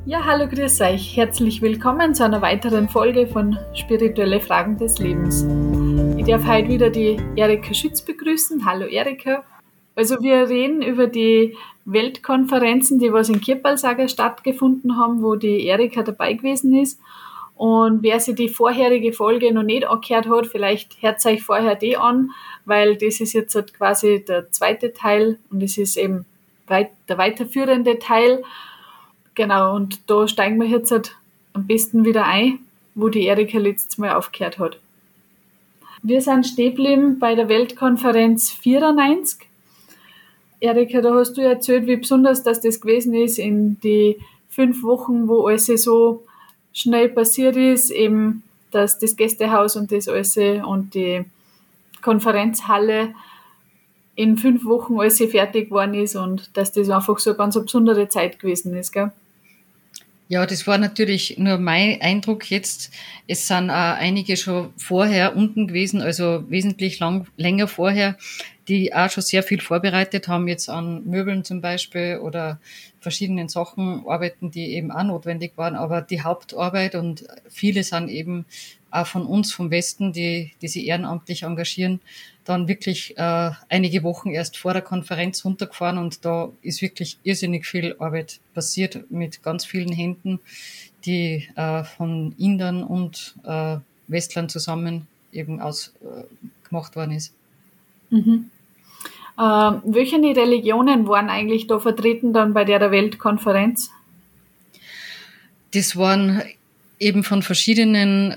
Ja, hallo, grüß euch. Herzlich willkommen zu einer weiteren Folge von Spirituelle Fragen des Lebens. Ich darf heute wieder die Erika Schütz begrüßen. Hallo Erika. Also wir reden über die Weltkonferenzen, die was in Kirpalsager stattgefunden haben, wo die Erika dabei gewesen ist. Und wer sich die vorherige Folge noch nicht angehört hat, vielleicht hört euch vorher die an, weil das ist jetzt halt quasi der zweite Teil und es ist eben der weiterführende Teil. Genau, und da steigen wir jetzt halt am besten wieder ein, wo die Erika letztes Mal aufgehört hat. Wir sind stehen geblieben bei der Weltkonferenz 94. Erika, da hast du erzählt, wie besonders das gewesen ist in die 5 Wochen, wo alles so schnell passiert ist, eben, dass das Gästehaus und das alles und die Konferenzhalle in 5 Wochen alles fertig geworden ist und dass das einfach so eine ganz besondere Zeit gewesen ist, gell? Ja, das war natürlich nur mein Eindruck jetzt. Es sind auch einige schon vorher unten gewesen, also wesentlich länger vorher, die auch schon sehr viel vorbereitet haben, jetzt an Möbeln zum Beispiel oder verschiedenen Sachen arbeiten, die eben auch notwendig waren. Aber die Hauptarbeit und viele sind eben auch von uns, vom Westen, die sich ehrenamtlich engagieren, dann wirklich einige Wochen erst vor der Konferenz runtergefahren und da ist wirklich irrsinnig viel Arbeit passiert mit ganz vielen Händen, die von Indern und Westlern zusammen eben gemacht worden ist. Mhm. Welche Religionen waren eigentlich da vertreten dann bei der Weltkonferenz? Das waren eben von verschiedenen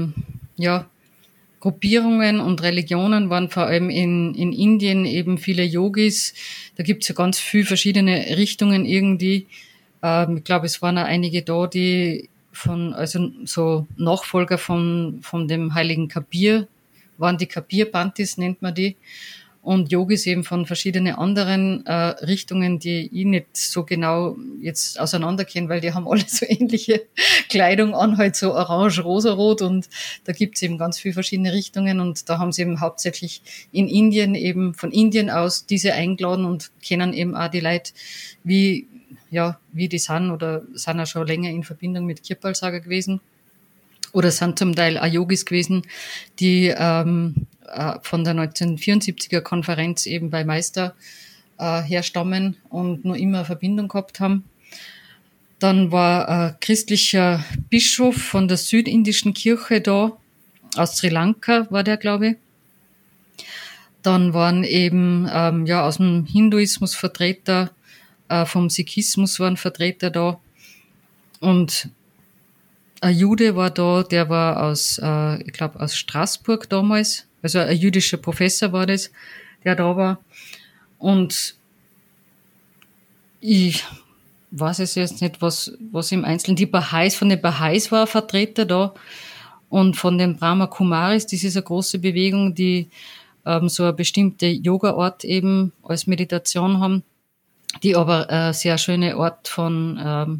Gruppierungen und Religionen, waren vor allem in Indien eben viele Yogis. Da gibt's ja ganz viele verschiedene Richtungen irgendwie. Ich glaube, es waren auch einige da, die also so Nachfolger von dem heiligen Kabir waren, die Kabir-Bhantis nennt man die. Und Yogis eben von verschiedenen anderen Richtungen, die ich nicht so genau jetzt auseinanderkenne, weil die haben alle so ähnliche Kleidung an, halt so orange, rosa-rot und da gibt's eben ganz viele verschiedene Richtungen und da haben sie eben hauptsächlich in Indien eben von Indien aus diese eingeladen und kennen eben auch die Leute, wie die sind oder sind auch schon länger in Verbindung mit Kirpalsager gewesen oder sind zum Teil auch Yogis gewesen, die von der 1974er Konferenz eben bei Meister herstammen und nur immer Verbindung gehabt haben. Dann war ein christlicher Bischof von der südindischen Kirche da, aus Sri Lanka war der, glaube ich. Dann waren eben aus dem Hinduismus Vertreter, vom Sikhismus waren Vertreter da und ein Jude war da, der war aus Straßburg damals, also ein jüdischer Professor war das, der da war. Und ich weiß es jetzt nicht, was im Einzelnen, von den Baha'is war ein Vertreter da und von den Brahma Kumaris, das ist eine große Bewegung, die so eine bestimmte Yoga-Art eben als Meditation haben, die aber eine sehr schöne Art von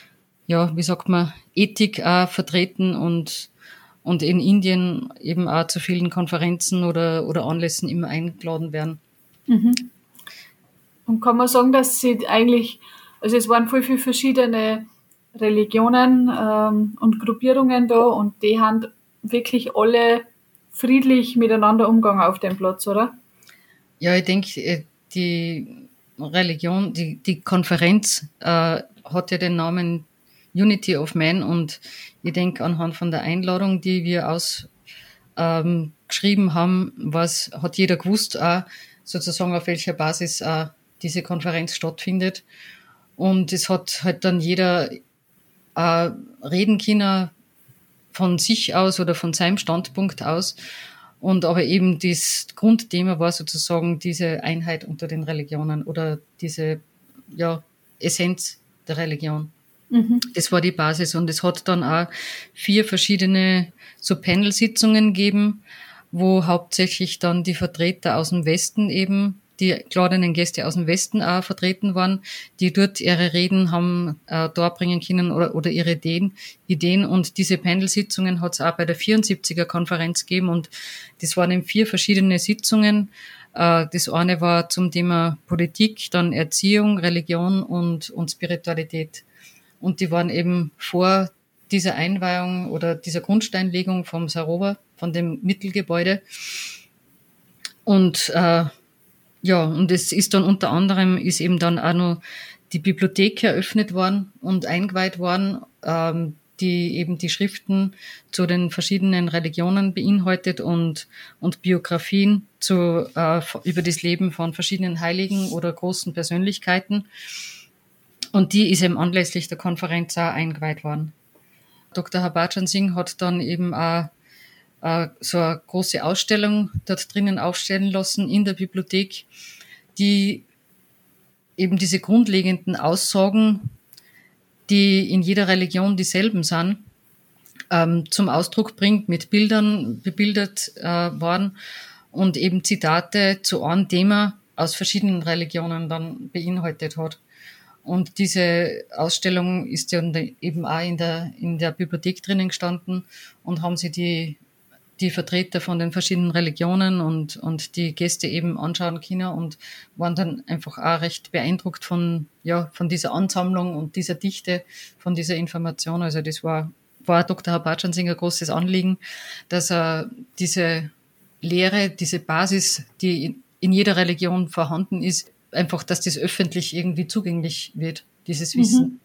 Ethik auch vertreten und in Indien eben auch zu vielen Konferenzen oder Anlässen immer eingeladen werden. Mhm. Und kann man sagen, dass sie eigentlich, also es waren voll viele verschiedene Religionen und Gruppierungen da und die haben wirklich alle friedlich miteinander umgegangen auf dem Platz, oder? Ja, ich denke, die Religion, die Konferenz hat ja den Namen Unity of Man und ich denke anhand von der Einladung, die wir geschrieben haben, hat jeder gewusst, sozusagen auf welcher Basis diese Konferenz stattfindet. Und es hat halt dann jeder reden können von sich aus oder von seinem Standpunkt aus. Und aber eben das Grundthema war sozusagen diese Einheit unter den Religionen oder diese Essenz der Religion. Mhm. Das war die Basis und es hat dann auch 4 verschiedene so Panel-Sitzungen gegeben, wo hauptsächlich dann die Vertreter aus dem Westen eben, die geladenen Gäste aus dem Westen auch vertreten waren, die dort ihre Reden haben darbringen können oder ihre Ideen. Und diese Panel-Sitzungen hat es auch bei der 74er Konferenz gegeben und das waren eben 4 verschiedene Sitzungen. Das eine war zum Thema Politik, dann Erziehung, Religion und Spiritualität. und die waren eben vor dieser Einweihung oder dieser Grundsteinlegung vom Sarower, von dem Mittelgebäude. Und und es ist dann unter anderem, ist eben dann auch noch die Bibliothek eröffnet worden und eingeweiht worden, die eben die Schriften zu den verschiedenen Religionen beinhaltet und Biografien über das Leben von verschiedenen Heiligen oder großen Persönlichkeiten. Und die ist eben anlässlich der Konferenz auch eingeweiht worden. Dr. Harbachan Singh hat dann eben auch so eine große Ausstellung dort drinnen aufstellen lassen in der Bibliothek, die eben diese grundlegenden Aussagen, die in jeder Religion dieselben sind, zum Ausdruck bringt, mit Bildern bebildert worden und eben Zitate zu einem Thema aus verschiedenen Religionen dann beinhaltet hat. Und diese Ausstellung ist ja eben auch in der Bibliothek drinnen gestanden und haben sie die Vertreter von den verschiedenen Religionen und die Gäste eben anschauen können und waren dann einfach auch recht beeindruckt von dieser Ansammlung und dieser Dichte von dieser Information. Also das war Dr. Harbachan Singh ein großes Anliegen, dass er diese Lehre, diese Basis, die in jeder Religion vorhanden ist, einfach, dass das öffentlich irgendwie zugänglich wird, dieses Wissen.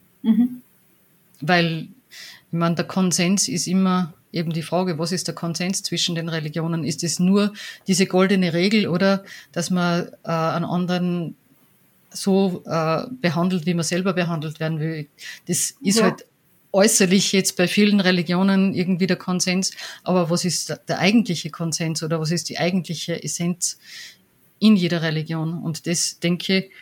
Weil, ich meine, der Konsens ist immer eben die Frage, was ist der Konsens zwischen den Religionen? Ist es nur diese goldene Regel oder dass man einen anderen so behandelt, wie man selber behandelt werden will? Das ist halt äußerlich jetzt bei vielen Religionen irgendwie der Konsens, aber was ist der eigentliche Konsens oder was ist die eigentliche Essenz in jeder Religion? Und das, denke ich,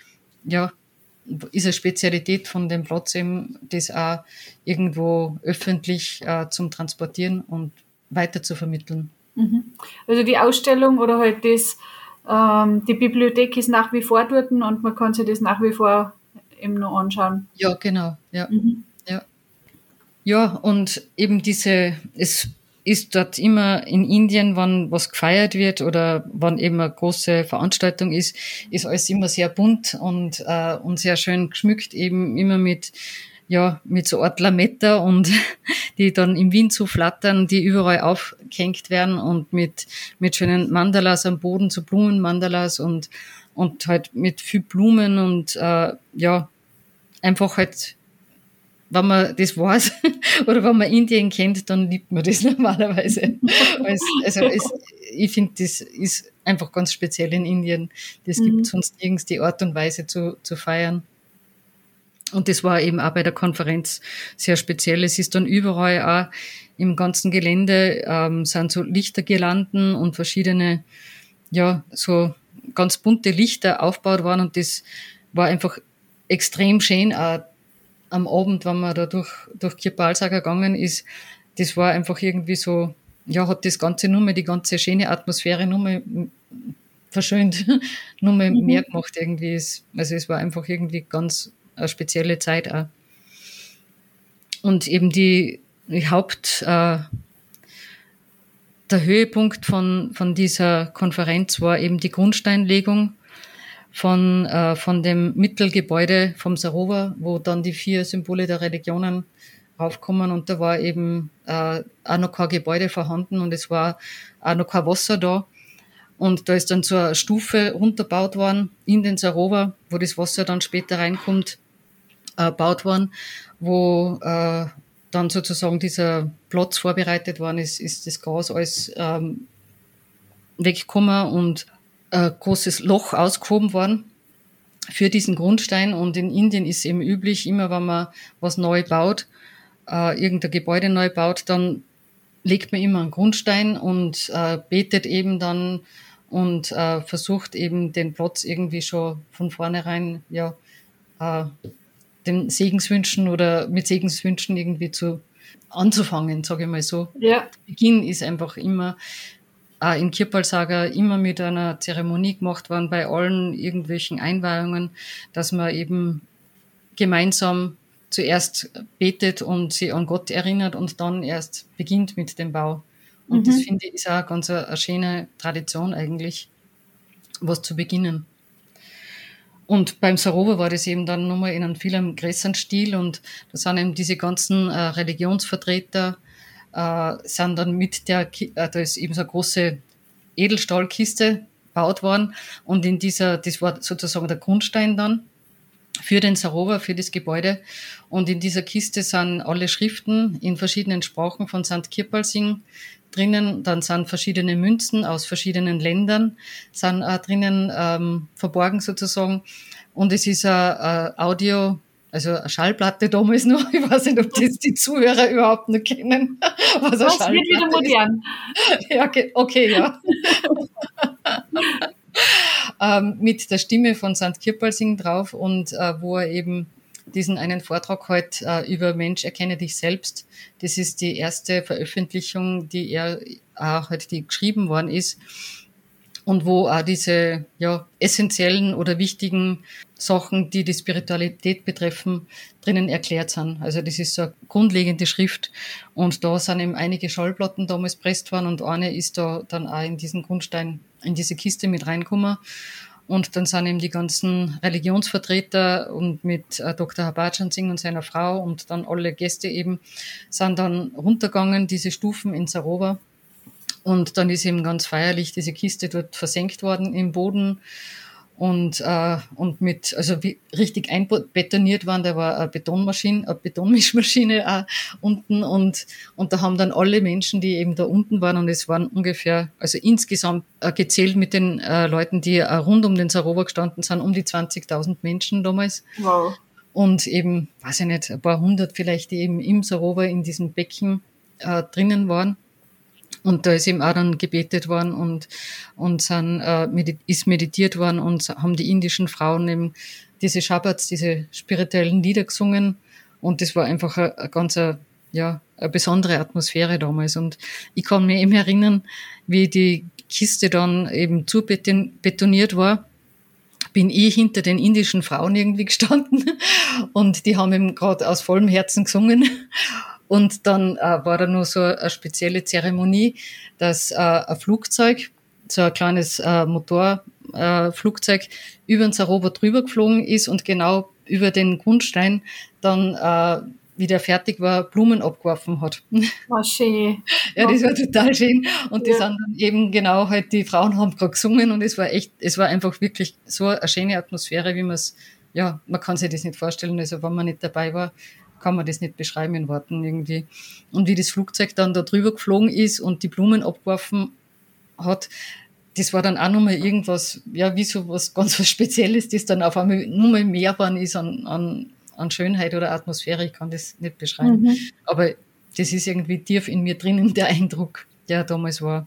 ist eine Spezialität von dem Platz eben, das auch irgendwo öffentlich zum Transportieren und weiter zu vermitteln. Also die Ausstellung oder halt die Bibliothek ist nach wie vor dort und man kann sich das nach wie vor eben noch anschauen. Ja, genau. Ja, ja, und eben es ist dort immer in Indien, wann was gefeiert wird oder wann eben eine große Veranstaltung ist alles immer sehr bunt und sehr schön geschmückt, eben immer mit so Art Lametta und die dann im Wind so flattern, die überall aufgehängt werden und mit schönen Mandalas am Boden, so Blumenmandalas und halt mit viel Blumen und einfach halt, wenn man das weiß oder wenn man Indien kennt, dann liebt man das normalerweise. Ich finde, das ist einfach ganz speziell in Indien. Das gibt sonst nirgends die Art und Weise zu feiern. Und das war eben auch bei der Konferenz sehr speziell. Es ist dann überall auch im ganzen Gelände sind so Lichtergirlanden und verschiedene, so ganz bunte Lichter aufgebaut worden und das war einfach extrem schön, auch am Abend, wenn man da durch Kirpal Sagar gegangen ist, das war einfach irgendwie so, hat das Ganze die ganze schöne Atmosphäre verschönt, mehr gemacht irgendwie. Also es war einfach irgendwie ganz eine spezielle Zeit auch. Und eben der Höhepunkt von dieser Konferenz war eben die Grundsteinlegung von dem Mittelgebäude vom Sarower, wo dann die 4 Symbole der Religionen raufkommen und da war eben auch noch kein Gebäude vorhanden und es war auch noch kein Wasser da und da ist dann so eine Stufe runtergebaut worden in den Sarower, wo das Wasser dann später reinkommt, gebaut worden, wo dann sozusagen dieser Platz vorbereitet worden ist das Gas alles weggekommen und ein großes Loch ausgehoben worden für diesen Grundstein. Und in Indien ist eben üblich, immer wenn man was neu baut, irgendein Gebäude neu baut, dann legt man immer einen Grundstein und betet eben dann und versucht eben den Platz irgendwie schon von vornherein den Segenswünschen oder mit Segenswünschen irgendwie anzufangen, sage ich mal so. Ja. Beginn ist einfach immer in Kirpal Sagar immer mit einer Zeremonie gemacht worden bei allen irgendwelchen Einweihungen, dass man eben gemeinsam zuerst betet und sich an Gott erinnert und dann erst beginnt mit dem Bau. Und das finde ich ist auch ganz eine schöne Tradition eigentlich, was zu beginnen. Und beim Sarover war das eben dann nochmal in einem viel größeren Stil und da sind eben diese ganzen Religionsvertreter, sind dann mit da ist eben so eine große Edelstahlkiste gebaut worden und in dieser, das war sozusagen der Grundstein dann für den Sarover, für das Gebäude. Und in dieser Kiste sind alle Schriften in verschiedenen Sprachen von St. Kirpalsing drinnen. Dann sind verschiedene Münzen aus verschiedenen Ländern sind drinnen verborgen sozusagen. Und es ist ein Audio, also eine Schallplatte damals noch. Ich weiß nicht, ob das die Zuhörer überhaupt noch kennen. Was eine Das wird wieder modern. Ja, okay, ja. Mit der Stimme von St. Kirpalsing drauf und wo er eben diesen einen Vortrag halt über Mensch, erkenne dich selbst. Das ist die erste Veröffentlichung, die er halt die geschrieben worden ist und wo auch diese essentiellen oder wichtigen Sachen, die die Spiritualität betreffen, drinnen erklärt sind. Also das ist so eine grundlegende Schrift und da sind eben einige Schallplatten damals presst worden und eine ist da dann auch in diesen Grundstein, in diese Kiste mit reingekommen. Und dann sind eben die ganzen Religionsvertreter und mit Dr. Harbadjan Singh und seiner Frau und dann alle Gäste eben sind dann runtergegangen, diese Stufen in Sarover. Und dann ist eben ganz feierlich diese Kiste dort versenkt worden im Boden und mit, also wie richtig einbetoniert waren, da war eine Betonmischmaschine auch unten und da haben dann alle Menschen, die eben da unten waren und es waren ungefähr, also insgesamt gezählt mit den Leuten, die rund um den Sarover gestanden sind, um die 20.000 Menschen damals. Wow. Und eben, weiß ich nicht, ein paar hundert vielleicht, die eben im Sarover in diesem Becken drinnen waren. Und da ist eben auch dann gebetet worden und ist meditiert worden und haben die indischen Frauen eben diese Shabbats, diese spirituellen Lieder gesungen. Und das war einfach eine ganz, eine besondere Atmosphäre damals. Und ich kann mich eben erinnern, wie die Kiste dann eben zu betoniert war, bin ich hinter den indischen Frauen irgendwie gestanden und die haben eben gerade aus vollem Herzen gesungen. Und dann war da noch so eine spezielle Zeremonie, dass ein Flugzeug, so ein kleines Motorflugzeug, über den Sarover drüber geflogen ist und genau über den Grundstein dann, wie der fertig war, Blumen abgeworfen hat. War schön. Ja, das war total schön. Und die sind dann eben genau halt, die Frauen haben gerade gesungen und es war einfach wirklich so eine schöne Atmosphäre, wie man es, ja, man kann sich das nicht vorstellen, also wenn man nicht dabei war, kann man das nicht beschreiben in Worten irgendwie. Und wie das Flugzeug dann da drüber geflogen ist und die Blumen abgeworfen hat, das war dann auch nochmal irgendwas, ja, wie so was ganz was Spezielles, das dann auf einmal nur mal mehr geworden ist an Schönheit oder Atmosphäre. Ich kann das nicht beschreiben. Mhm. Aber das ist irgendwie tief in mir drinnen, der Eindruck, der damals war.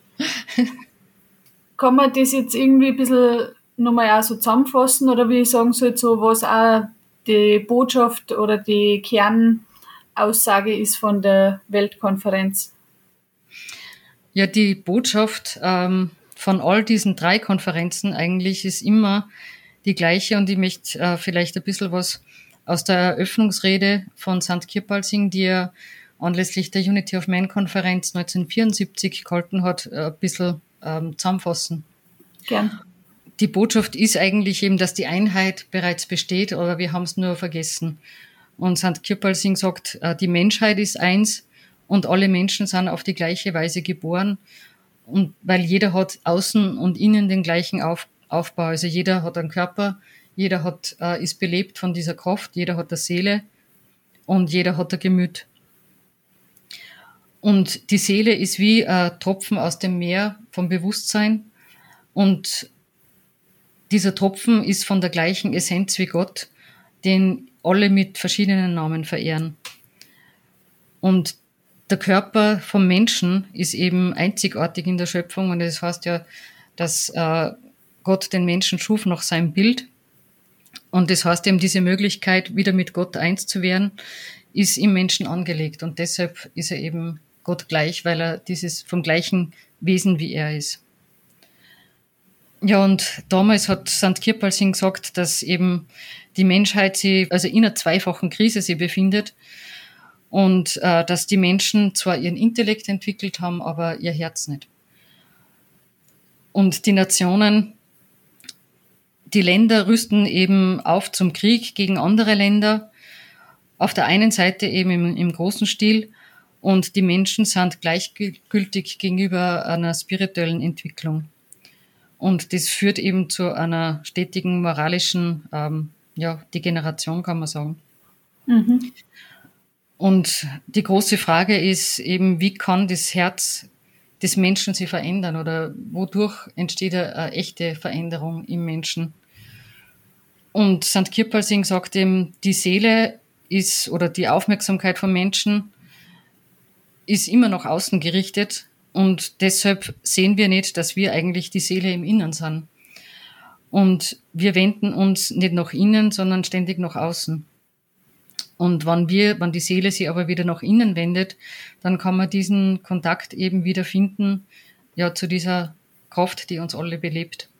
Kann man das jetzt irgendwie ein bisschen nochmal auch so zusammenfassen oder wie ich sagen soll, so was auch die Botschaft oder die Kernaussage ist von der Weltkonferenz? Ja, die Botschaft von all diesen 3 Konferenzen eigentlich ist immer die gleiche und ich möchte vielleicht ein bisschen was aus der Eröffnungsrede von St. Kirpalsing, die er anlässlich der Unity of Man Konferenz 1974 gehalten hat, ein bisschen zusammenfassen. Gern. Die Botschaft ist eigentlich eben, dass die Einheit bereits besteht, aber wir haben es nur vergessen. Und St. Kirpalsing sagt, die Menschheit ist eins und alle Menschen sind auf die gleiche Weise geboren. Und weil jeder hat außen und innen den gleichen Aufbau. Also jeder hat einen Körper, jeder ist belebt von dieser Kraft, jeder hat eine Seele und jeder hat ein Gemüt. Und die Seele ist wie ein Tropfen aus dem Meer vom Bewusstsein und dieser Tropfen ist von der gleichen Essenz wie Gott, den alle mit verschiedenen Namen verehren. Und der Körper vom Menschen ist eben einzigartig in der Schöpfung und das heißt ja, dass Gott den Menschen schuf nach seinem Bild. Und das heißt eben, diese Möglichkeit, wieder mit Gott eins zu werden, ist im Menschen angelegt. Und deshalb ist er eben Gott gleich, weil er dieses vom gleichen Wesen wie er ist. Ja, und damals hat St. Kirpalsing gesagt, dass eben die Menschheit sich also in einer zweifachen Krise sich befindet und dass die Menschen zwar ihren Intellekt entwickelt haben, aber ihr Herz nicht. Und die Nationen die Länder rüsten eben auf zum Krieg gegen andere Länder. Auf der einen Seite eben im großen Stil und die Menschen sind gleichgültig gegenüber einer spirituellen Entwicklung. Und das führt eben zu einer stetigen moralischen Degeneration, kann man sagen. Mhm. Und die große Frage ist eben, wie kann das Herz des Menschen sich verändern oder wodurch entsteht eine echte Veränderung im Menschen? Und St. Kirpalsing sagt eben, die Seele ist oder die Aufmerksamkeit von Menschen ist immer nach außen gerichtet und deshalb sehen wir nicht, dass wir eigentlich die Seele im Innern sind. Und wir wenden uns nicht nach innen, sondern ständig nach außen. Und wenn die Seele sich aber wieder nach innen wendet, dann kann man diesen Kontakt eben wieder finden, ja, zu dieser Kraft, die uns alle belebt.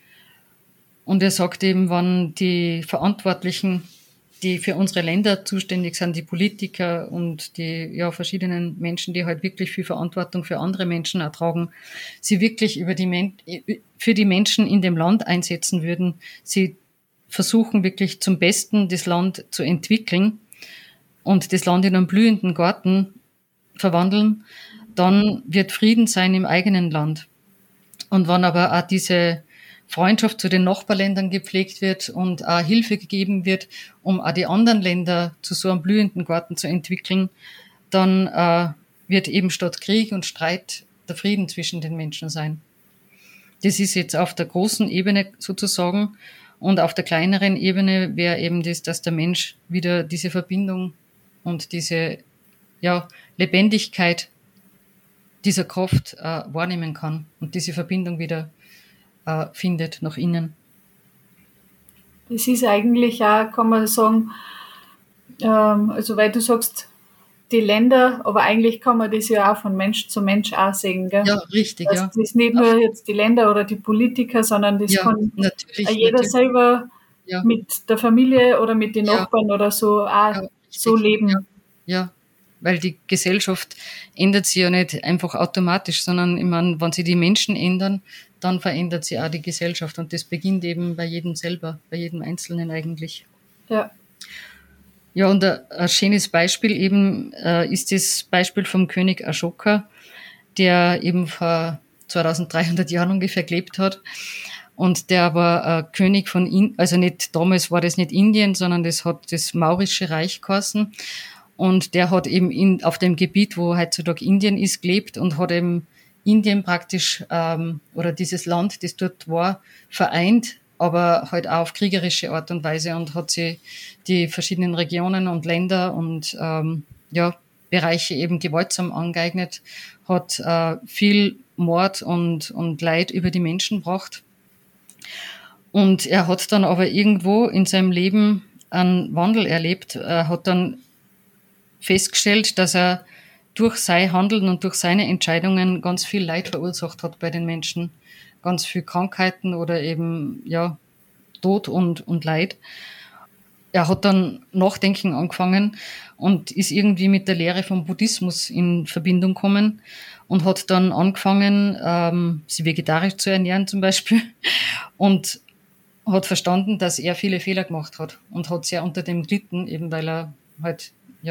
Und er sagt eben, wenn die Verantwortlichen, die für unsere Länder zuständig sind, die Politiker und die verschiedenen Menschen, die halt wirklich viel Verantwortung für andere Menschen ertragen, sie wirklich für die Menschen in dem Land einsetzen würden, sie versuchen wirklich zum Besten das Land zu entwickeln und das Land in einen blühenden Garten verwandeln, dann wird Frieden sein im eigenen Land. Und wenn aber auch diese Freundschaft zu den Nachbarländern gepflegt wird und auch Hilfe gegeben wird, um auch die anderen Länder zu so einem blühenden Garten zu entwickeln, dann wird eben statt Krieg und Streit der Frieden zwischen den Menschen sein. Das ist jetzt auf der großen Ebene sozusagen, und auf der kleineren Ebene wäre eben das, dass der Mensch wieder diese Verbindung und diese Lebendigkeit dieser Kraft wahrnehmen kann und diese Verbindung wieder findet nach innen. Das ist eigentlich auch, kann man sagen, also weil du sagst, die Länder, aber eigentlich kann man das ja auch von Mensch zu Mensch auch sehen, gell? Ja, richtig, das ist nicht nur jetzt die Länder oder die Politiker, sondern das kann jeder selber mit der Familie oder mit den Nachbarn oder so auch so leben. Ja, weil die Gesellschaft ändert sich ja nicht einfach automatisch, sondern ich meine, wenn sich die Menschen ändern, dann verändert sich auch die Gesellschaft und das beginnt eben bei jedem selber, bei jedem Einzelnen eigentlich. Ja. Ja, und ein schönes Beispiel eben ist das Beispiel vom König Ashoka, der eben vor 2300 Jahren ungefähr gelebt hat. Und der war König von Indien, also nicht, damals war das nicht Indien, sondern das hat das Maurische Reich geheißen. Und der hat eben auf dem Gebiet, wo heutzutage Indien ist, gelebt und hat eben Indien praktisch, oder dieses Land, das dort war, vereint, aber halt auch auf kriegerische Art und Weise, und hat sie die verschiedenen Regionen und Länder und Bereiche eben gewaltsam angeeignet, hat viel Mord und Leid über die Menschen gebracht. Und er hat dann aber irgendwo in seinem Leben einen Wandel erlebt. Er hat dann festgestellt, dass er durch sein Handeln und durch seine Entscheidungen ganz viel Leid verursacht hat bei den Menschen. Ganz viel Krankheiten oder eben, Tod und Leid. Er hat dann Nachdenken angefangen und ist irgendwie mit der Lehre vom Buddhismus in Verbindung gekommen und hat dann angefangen, sich vegetarisch zu ernähren zum Beispiel, und hat verstanden, dass er viele Fehler gemacht hat und hat sehr unter dem gelitten, eben weil er halt,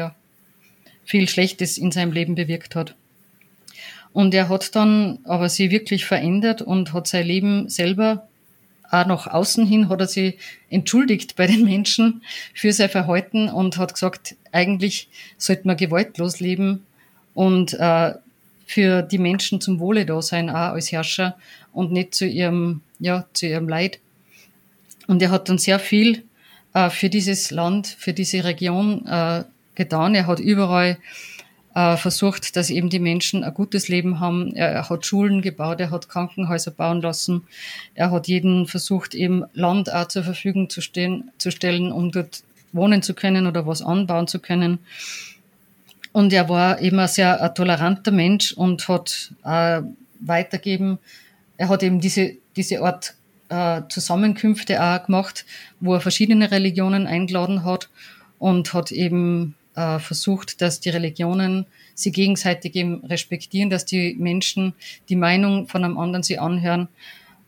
viel Schlechtes in seinem Leben bewirkt hat. Und er hat dann aber sich wirklich verändert und hat sein Leben selber, auch nach außen hin, hat er sich entschuldigt bei den Menschen für sein Verhalten und hat gesagt, eigentlich sollte man gewaltlos leben und für die Menschen zum Wohle da sein, auch als Herrscher, und nicht zu ihrem Leid. Und er hat dann sehr viel für dieses Land, für diese Region getan. Er hat überall versucht, dass eben die Menschen ein gutes Leben haben. Er hat Schulen gebaut, er hat Krankenhäuser bauen lassen. Er hat jeden versucht, eben Land auch zur Verfügung zu stellen, um dort wohnen zu können oder was anbauen zu können. Und er war eben ein sehr toleranter Mensch und hat weitergeben. Er hat eben diese Art Zusammenkünfte auch gemacht, wo er verschiedene Religionen eingeladen hat und hat eben versucht, dass die Religionen sie gegenseitig eben respektieren, dass die Menschen die Meinung von einem anderen sie anhören.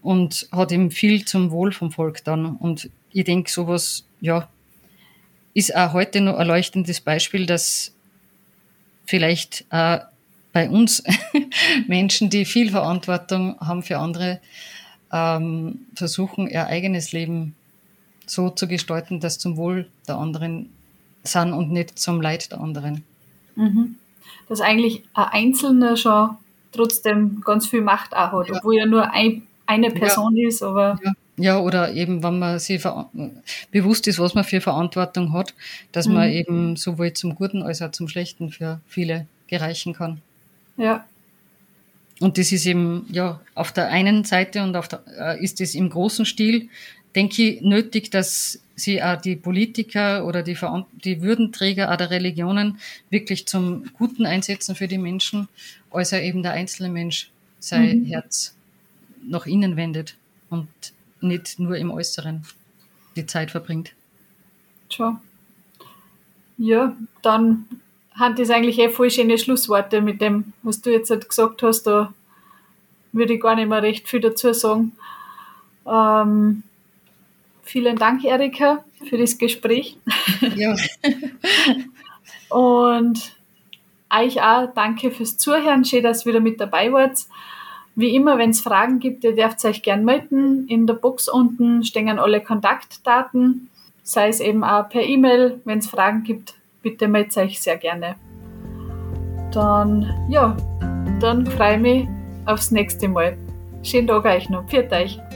und hat eben viel zum Wohl vom Volk dann. Und ich denke, sowas, ja, ist auch heute noch ein leuchtendes Beispiel, dass vielleicht auch bei uns Menschen, die viel Verantwortung haben für andere, versuchen, ihr eigenes Leben so zu gestalten, dass zum Wohl der anderen sind und nicht zum Leid der anderen. Dass eigentlich ein Einzelner schon trotzdem ganz viel Macht auch hat, obwohl ja nur eine Person ist, aber... Ja, oder eben, wenn man sich bewusst ist, was man für Verantwortung hat, dass man eben sowohl zum Guten als auch zum Schlechten für viele gereichen kann. Ja. Und das ist eben, ja, auf der einen Seite und ist es im großen Stil, denke ich, nötig, dass sie auch die Politiker oder die Würdenträger auch der Religionen wirklich zum Guten einsetzen für die Menschen, als er eben der einzelne Mensch sein Herz nach innen wendet und nicht nur im Äußeren die Zeit verbringt. Schon. Ja, dann haben das eigentlich voll schöne Schlussworte mit dem, was du jetzt halt gesagt hast. Da würde ich gar nicht mehr recht viel dazu sagen. Vielen Dank, Erika, für das Gespräch. Ja. Und euch auch danke fürs Zuhören. Schön, dass ihr wieder mit dabei wart. Wie immer, wenn es Fragen gibt, ihr dürft euch gerne melden. In der Box unten stehen alle Kontaktdaten, sei es eben auch per E-Mail. Wenn es Fragen gibt, bitte meldet euch sehr gerne. Dann freue ich mich aufs nächste Mal. Schönen Tag euch noch. Pfiat euch.